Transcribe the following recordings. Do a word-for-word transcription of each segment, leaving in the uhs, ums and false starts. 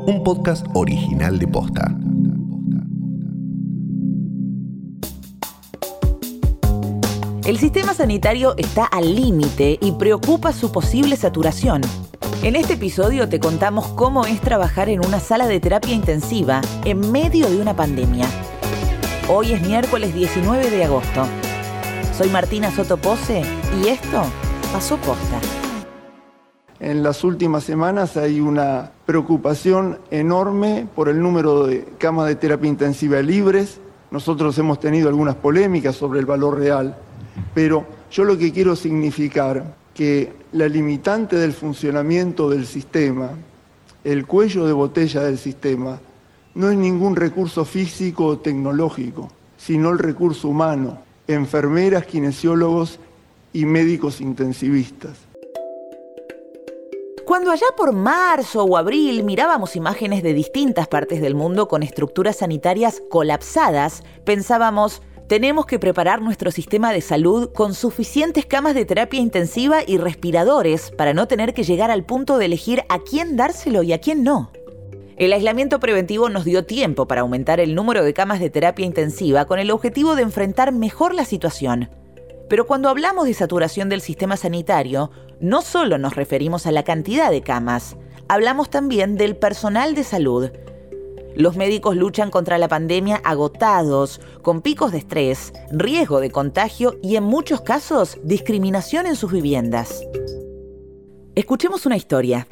un podcast original de Posta. El sistema sanitario está al límite y preocupa su posible saturación. En este episodio te contamos cómo es trabajar en una sala de terapia intensiva en medio de una pandemia. Hoy es miércoles diecinueve de agosto. Soy Martina Soto Pose y esto pasó posta. En las últimas semanas hay una preocupación enorme por el número de camas de terapia intensiva libres. Nosotros hemos tenido algunas polémicas sobre el valor real, pero yo lo que quiero significar que la limitante del funcionamiento del sistema, el cuello de botella del sistema, no es ningún recurso físico o tecnológico, sino el recurso humano, enfermeras, kinesiólogos y médicos intensivistas. Cuando allá por marzo o abril mirábamos imágenes de distintas partes del mundo con estructuras sanitarias colapsadas, pensábamos, tenemos que preparar nuestro sistema de salud con suficientes camas de terapia intensiva y respiradores para no tener que llegar al punto de elegir a quién dárselo y a quién no. El aislamiento preventivo nos dio tiempo para aumentar el número de camas de terapia intensiva con el objetivo de enfrentar mejor la situación. Pero cuando hablamos de saturación del sistema sanitario, no solo nos referimos a la cantidad de camas, hablamos también del personal de salud. Los médicos luchan contra la pandemia agotados, con picos de estrés, riesgo de contagio y en muchos casos, discriminación en sus viviendas. Escuchemos una historia.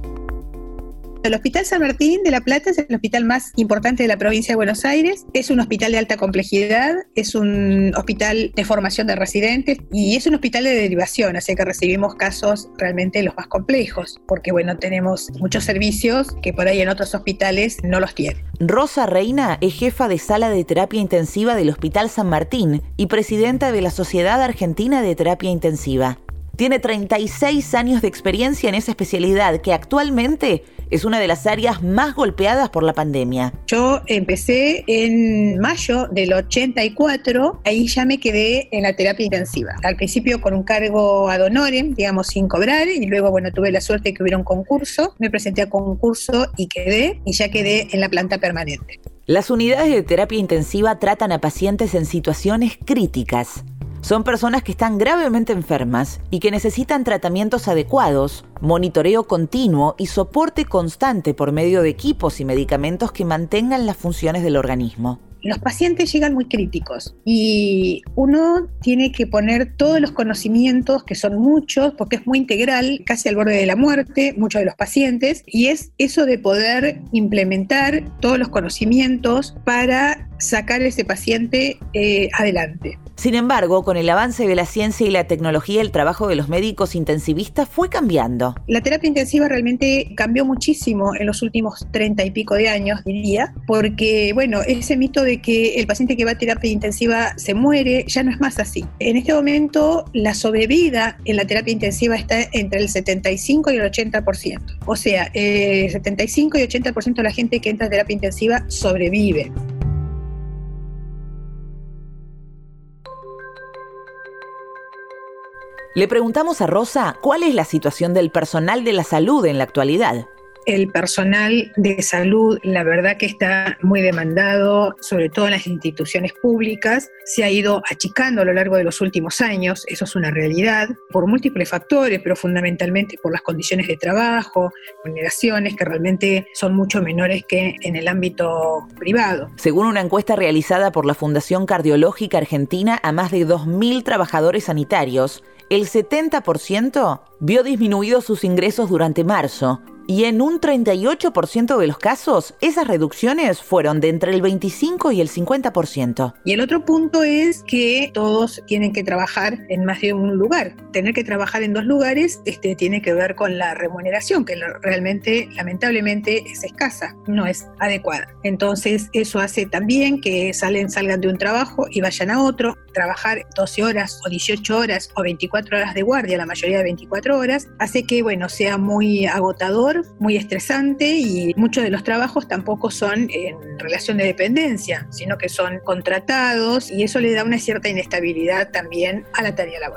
El Hospital San Martín de La Plata es el hospital más importante de la provincia de Buenos Aires. Es un hospital de alta complejidad, es un hospital de formación de residentes y es un hospital de derivación, así que recibimos casos realmente los más complejos, porque bueno, tenemos muchos servicios que por ahí en otros hospitales no los tienen. Rosa Reina es jefa de sala de terapia intensiva del Hospital San Martín y presidenta de la Sociedad Argentina de Terapia Intensiva. Tiene treinta y seis años de experiencia en esa especialidad que actualmente es una de las áreas más golpeadas por la pandemia. Yo empecé en mayo del ochenta y cuatro, ahí ya me quedé en la terapia intensiva. Al principio con un cargo ad honorem, digamos sin cobrar, y luego bueno, tuve la suerte de que hubiera un concurso, me presenté a concurso y quedé, y ya quedé en la planta permanente. Las unidades de terapia intensiva tratan a pacientes en situaciones críticas. Son personas que están gravemente enfermas y que necesitan tratamientos adecuados, monitoreo continuo y soporte constante por medio de equipos y medicamentos que mantengan las funciones del organismo. Los pacientes llegan muy críticos y uno tiene que poner todos los conocimientos, que son muchos, porque es muy integral, casi al borde de la muerte, muchos de los pacientes, y es eso de poder implementar todos los conocimientos para sacar a ese paciente eh, adelante. Sin embargo, con el avance de la ciencia y la tecnología, el trabajo de los médicos intensivistas fue cambiando. La terapia intensiva realmente cambió muchísimo en los últimos treinta y pico de años, diría, porque, bueno, ese mito de que el paciente que va a terapia intensiva se muere, ya no es más así. En este momento, la sobrevida en la terapia intensiva está entre el setenta y cinco y el ochenta por ciento. O sea, el setenta y cinco y ochenta por ciento de la gente que entra a terapia intensiva sobrevive. Le preguntamos a Rosa cuál es la situación del personal de la salud en la actualidad. El personal de salud, la verdad que está muy demandado, sobre todo en las instituciones públicas. Se ha ido achicando a lo largo de los últimos años, eso es una realidad, por múltiples factores, pero fundamentalmente por las condiciones de trabajo, remuneraciones que realmente son mucho menores que en el ámbito privado. Según una encuesta realizada por la Fundación Cardiológica Argentina a más de dos mil trabajadores sanitarios, el setenta por ciento vio disminuidos sus ingresos durante marzo y en un treinta y ocho por ciento de los casos, esas reducciones fueron de entre el veinticinco y el cincuenta por ciento. Y el otro punto es que todos tienen que trabajar en más de un lugar. Tener que trabajar en dos lugares este, tiene que ver con la remuneración, que realmente, lamentablemente, es escasa, no es adecuada. Entonces, eso hace también que salen, salgan de un trabajo y vayan a otro, trabajar doce horas o dieciocho horas o veinticuatro horas de guardia, la mayoría de veinticuatro horas, hace que, bueno, sea muy agotador, muy estresante, y muchos de los trabajos tampoco son en relación de dependencia, sino que son contratados, y eso le da una cierta inestabilidad también a la tarea laboral.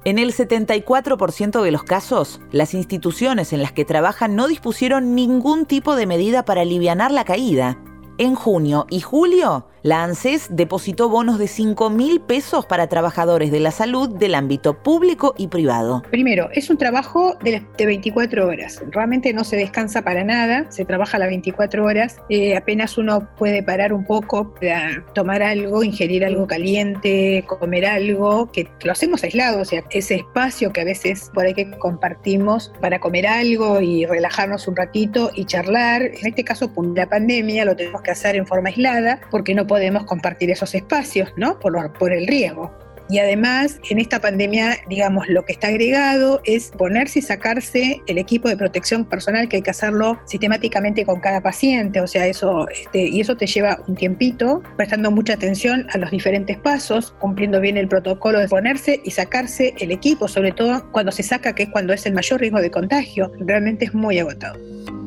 En el setenta y cuatro por ciento de los casos, las instituciones en las que trabajan no dispusieron ningún tipo de medida para alivianar la caída. En junio y julio, la ANSES depositó bonos de cinco mil pesos para trabajadores de la salud del ámbito público y privado. Primero, es un trabajo de, de veinticuatro horas. Realmente no se descansa para nada, se trabaja las veinticuatro horas. Eh, apenas uno puede parar un poco para tomar algo, ingerir algo caliente, comer algo, que lo hacemos aislado, o sea, ese espacio que a veces por ahí que compartimos para comer algo y relajarnos un ratito y charlar. En este caso, por la pandemia, lo tenemos que hacer en forma aislada porque no podemos compartir esos espacios, ¿no? Por, lo, por el riesgo. Y además, en esta pandemia, digamos, lo que está agregado es ponerse y sacarse el equipo de protección personal, que hay que hacerlo sistemáticamente con cada paciente, o sea, eso, este, y eso te lleva un tiempito, prestando mucha atención a los diferentes pasos, cumpliendo bien el protocolo de ponerse y sacarse el equipo, sobre todo cuando se saca, que es cuando es el mayor riesgo de contagio. Realmente es muy agotado.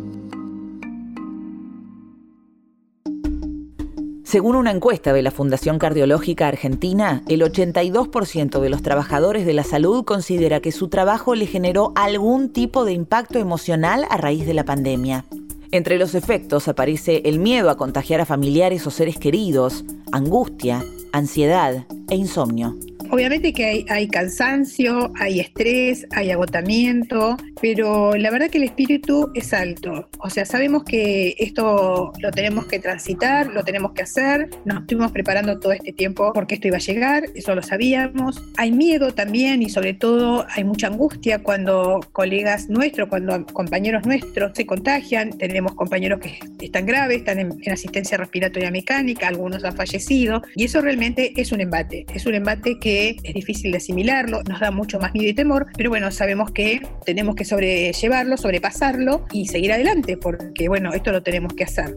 Según una encuesta de la Fundación Cardiológica Argentina, el ochenta y dos por ciento de los trabajadores de la salud considera que su trabajo le generó algún tipo de impacto emocional a raíz de la pandemia. Entre los efectos aparece el miedo a contagiar a familiares o seres queridos, angustia, ansiedad e insomnio. Obviamente que hay, hay cansancio, hay estrés, hay agotamiento, pero la verdad que el espíritu es alto. O sea, sabemos que esto lo tenemos que transitar, lo tenemos que hacer. Nos estuvimos preparando todo este tiempo porque esto iba a llegar, eso lo sabíamos. Hay miedo también y sobre todo hay mucha angustia cuando colegas nuestros, cuando compañeros nuestros se contagian. Tenemos compañeros que están graves, están en, en asistencia respiratoria mecánica, algunos han fallecido y eso realmente es un embate. Es un embate que es difícil de asimilarlo, nos da mucho más miedo y temor, pero bueno, sabemos que tenemos que sobrellevarlo, sobrepasarlo y seguir adelante, porque bueno, esto lo tenemos que hacer.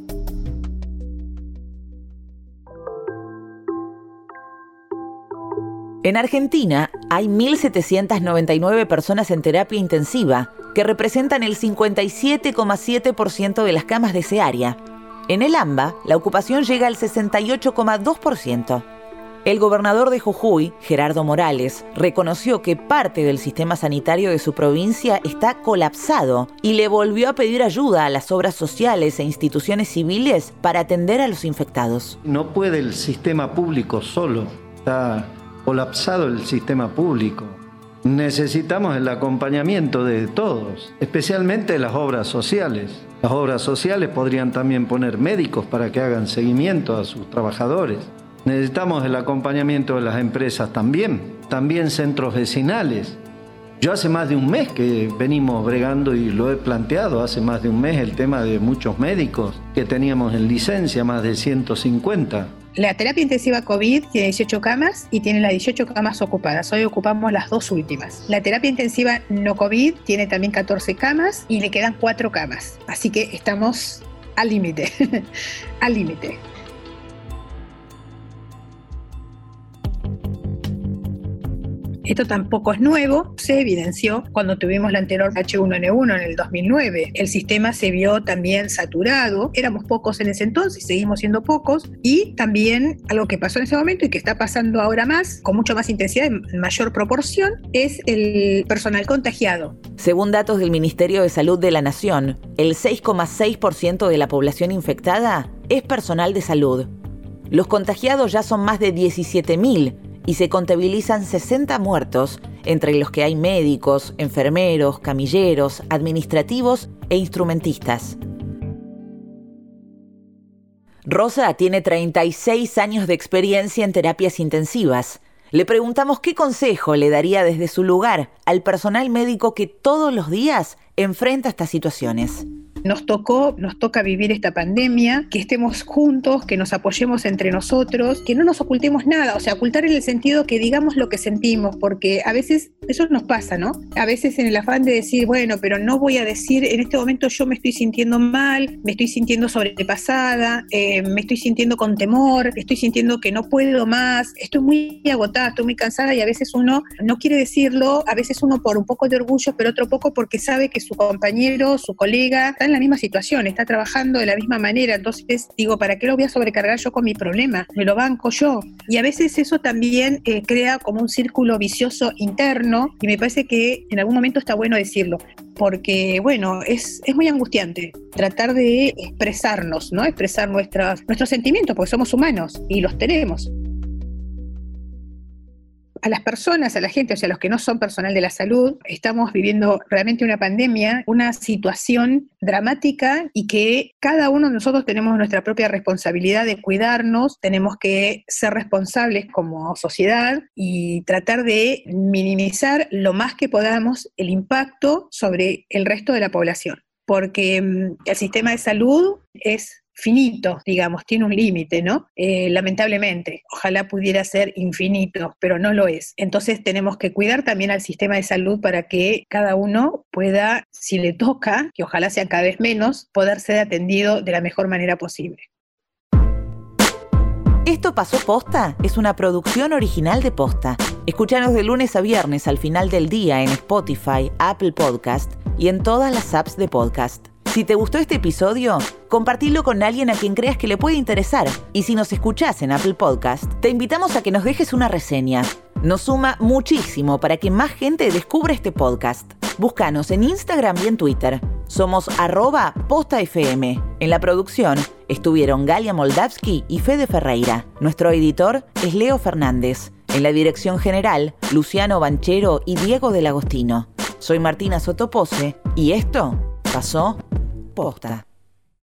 En Argentina hay mil setecientas noventa y nueve personas en terapia intensiva, que representan el cincuenta y siete coma siete por ciento de las camas de ese área. En el AMBA, la ocupación llega al sesenta y ocho coma dos por ciento. El gobernador de Jujuy, Gerardo Morales, reconoció que parte del sistema sanitario de su provincia está colapsado y le volvió a pedir ayuda a las obras sociales e instituciones civiles para atender a los infectados. No puede el sistema público solo, está colapsado el sistema público. Necesitamos el acompañamiento de todos, especialmente de las obras sociales. Las obras sociales podrían también poner médicos para que hagan seguimiento a sus trabajadores. Necesitamos el acompañamiento de las empresas también, también centros vecinales. Yo hace más de un mes que venimos bregando y lo he planteado, hace más de un mes el tema de muchos médicos que teníamos en licencia, más de ciento cincuenta. La terapia intensiva COVID tiene dieciocho camas y tiene las dieciocho camas ocupadas. Hoy ocupamos las dos últimas. La terapia intensiva no COVID tiene también catorce camas y le quedan cuatro camas. Así que estamos al límite, al límite. Esto tampoco es nuevo, se evidenció cuando tuvimos la anterior H uno N uno en el dos mil nueve. El sistema se vio también saturado, éramos pocos en ese entonces, seguimos siendo pocos, y también algo que pasó en ese momento y que está pasando ahora más, con mucho más intensidad, en mayor proporción, es el personal contagiado. Según datos del Ministerio de Salud de la Nación, el seis coma seis por ciento de la población infectada es personal de salud. Los contagiados ya son más de diecisiete mil, y se contabilizan sesenta muertos, entre los que hay médicos, enfermeros, camilleros, administrativos e instrumentistas. Rosa tiene treinta y seis años de experiencia en terapias intensivas. Le preguntamos qué consejo le daría desde su lugar al personal médico que todos los días enfrenta estas situaciones. Nos tocó, nos toca vivir esta pandemia, que estemos juntos, que nos apoyemos entre nosotros, que no nos ocultemos nada, o sea, ocultar en el sentido que digamos lo que sentimos, porque a veces eso nos pasa, ¿no? A veces en el afán de decir, bueno, pero no voy a decir, en este momento yo me estoy sintiendo mal, me estoy sintiendo sobrepasada, eh, me estoy sintiendo con temor, estoy sintiendo que no puedo más, estoy muy agotada, estoy muy cansada, y a veces uno no quiere decirlo, a veces uno por un poco de orgullo, pero otro poco porque sabe que su compañero, su colega, está en la la misma situación, está trabajando de la misma manera, entonces digo, ¿para qué lo voy a sobrecargar yo con mi problema? Me lo banco yo. Y a veces eso también eh, crea como un círculo vicioso interno, y me parece que en algún momento está bueno decirlo, porque bueno, es, es muy angustiante tratar de expresarnos, ¿no? Expresar nuestras, nuestros sentimientos, porque somos humanos y los tenemos. A las personas, a la gente, o sea, a los que no son personal de la salud, estamos viviendo realmente una pandemia, una situación dramática, y que cada uno de nosotros tenemos nuestra propia responsabilidad de cuidarnos, tenemos que ser responsables como sociedad y tratar de minimizar lo más que podamos el impacto sobre el resto de la población, porque um, el sistema de salud es finito, digamos, tiene un límite, ¿no? Eh, lamentablemente, ojalá pudiera ser infinito, pero no lo es. Entonces tenemos que cuidar también al sistema de salud para que cada uno pueda, si le toca, que ojalá sean cada vez menos, poder ser atendido de la mejor manera posible. Esto pasó Posta es una producción original de Posta. Escúchanos de lunes a viernes al final del día en Spotify, Apple Podcast y en todas las apps de podcast. Si te gustó este episodio, compartilo con alguien a quien creas que le puede interesar. Y si nos escuchás en Apple Podcast, te invitamos a que nos dejes una reseña. Nos suma muchísimo para que más gente descubra este podcast. Búscanos en Instagram y en Twitter. Somos arroba postafm. En la producción estuvieron Galia Moldavsky y Fede Ferreira. Nuestro editor es Leo Fernández. En la dirección general, Luciano Banchero y Diego del Agostino. Soy Martina Sotopose y esto pasó Posta.